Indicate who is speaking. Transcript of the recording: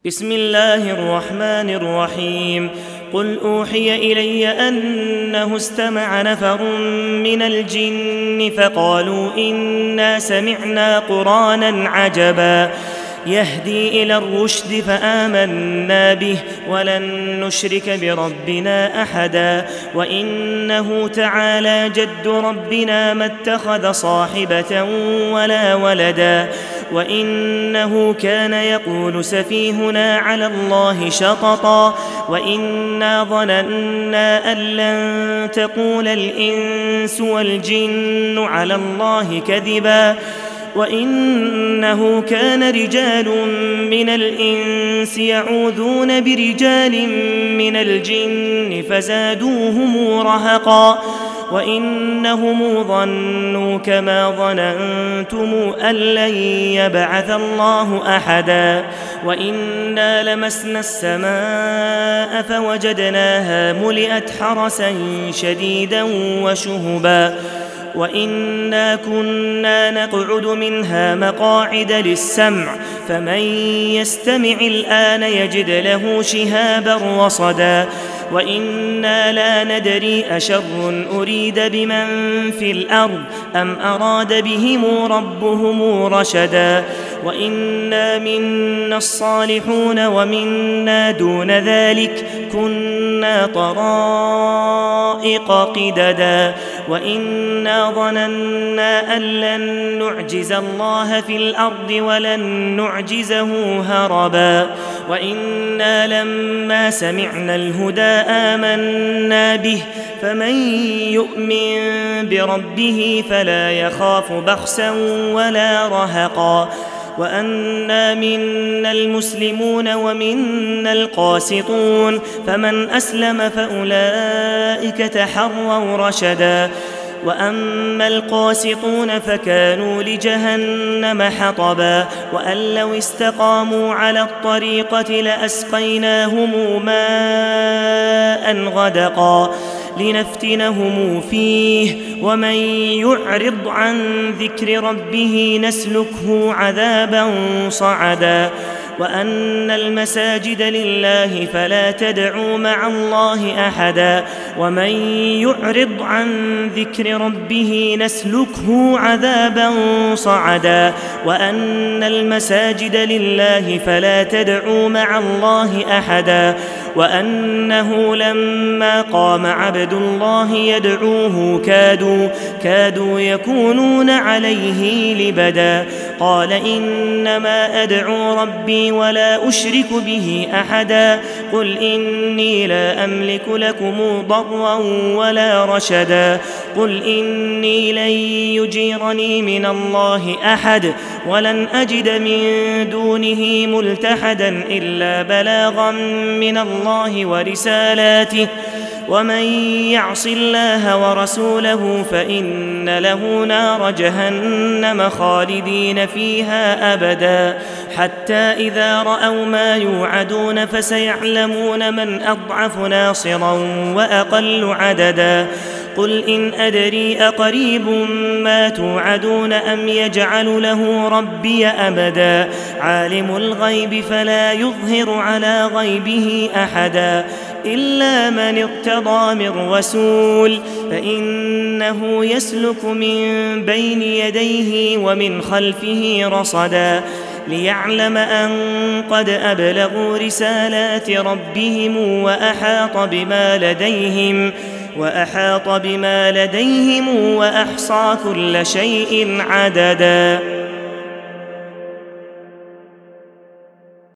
Speaker 1: بسم الله الرحمن الرحيم. قل أوحي إلي أنه استمع نفر من الجن فقالوا إنا سمعنا قرآنا عجبا يهدي إلى الرشد فآمنا به ولن نشرك بربنا أحدا وإنه تعالى جد ربنا ما اتخذ صاحبة ولا ولدا وإنه كان يقول سفيهنا على الله شططا وإنا ظننا أن لن تقول الإنس والجن على الله كذبا وإنه كان رجال من الإنس يعوذون برجال من الجن فزادوهم رهقا وإنهم ظنوا كما ظننتم أن لن يبعث الله أحدا وإنا لمسنا السماء فوجدناها ملئت حرسا شديدا وشهبا وإنا كنا نقعد منها مقاعد للسمع فمن يستمع الآن يجد له شهابا رصدا وإنا لا ندري أشر أريد بمن في الأرض أم أراد بهم ربهم رشدا وإنا منا الصالحون ومنا دون ذلك كنا طرائق قددا وإنا ظننا أن لن نعجز الله في الأرض ولن نعجزه هربا وإنا لما سمعنا الهدى آمنا به فمن يؤمن بربه فلا يخاف بخسا ولا رهقا وأنا منا المسلمون ومنا القاسطون فمن أسلم فأولئك تحروا رشدا وأما القاسطون فكانوا لجهنم حطبا وأن لو استقاموا على الطريقة لأسقيناهم ماء غدقا لنفتنهم فيه ومن يعرض عن ذكر ربه نسلكه عذابا صعدا وأن المساجد لله فلا تدعوا مع الله أحدا ومن يعرض عن ذكر ربه نسلكه عذابا صعدا وأن المساجد لله فلا تدعوا مع الله أحدا وأنه لما قام عبد الله يدعوه كادوا يكونون عليه لبدا قال إنما أدعو ربي ولا أشرك به أحدا قل إني لا أملك لكم ضرا ولا رشدا قل إني لن يجيرني من الله أحد ولن أجد من دونه ملتحدا إلا بلاغا من الله ورسالاته ومن يعص الله ورسوله فإن له نار جهنم خالدين فيها أبدا حتى إذا رأوا ما يوعدون فسيعلمون من أضعف ناصرا وأقل عددا قل إن أدري أقريب ما توعدون أم يجعل له ربي أمدا عالم الغيب فلا يظهر على غيبه أحدا إلا من ارتضى من رسول فإنه يسلك من بين يديه ومن خلفه رصدا ليعلم أن قد أبلغوا رسالات ربهم وأحاط بما لديهم وأحصى كل شيء عددا.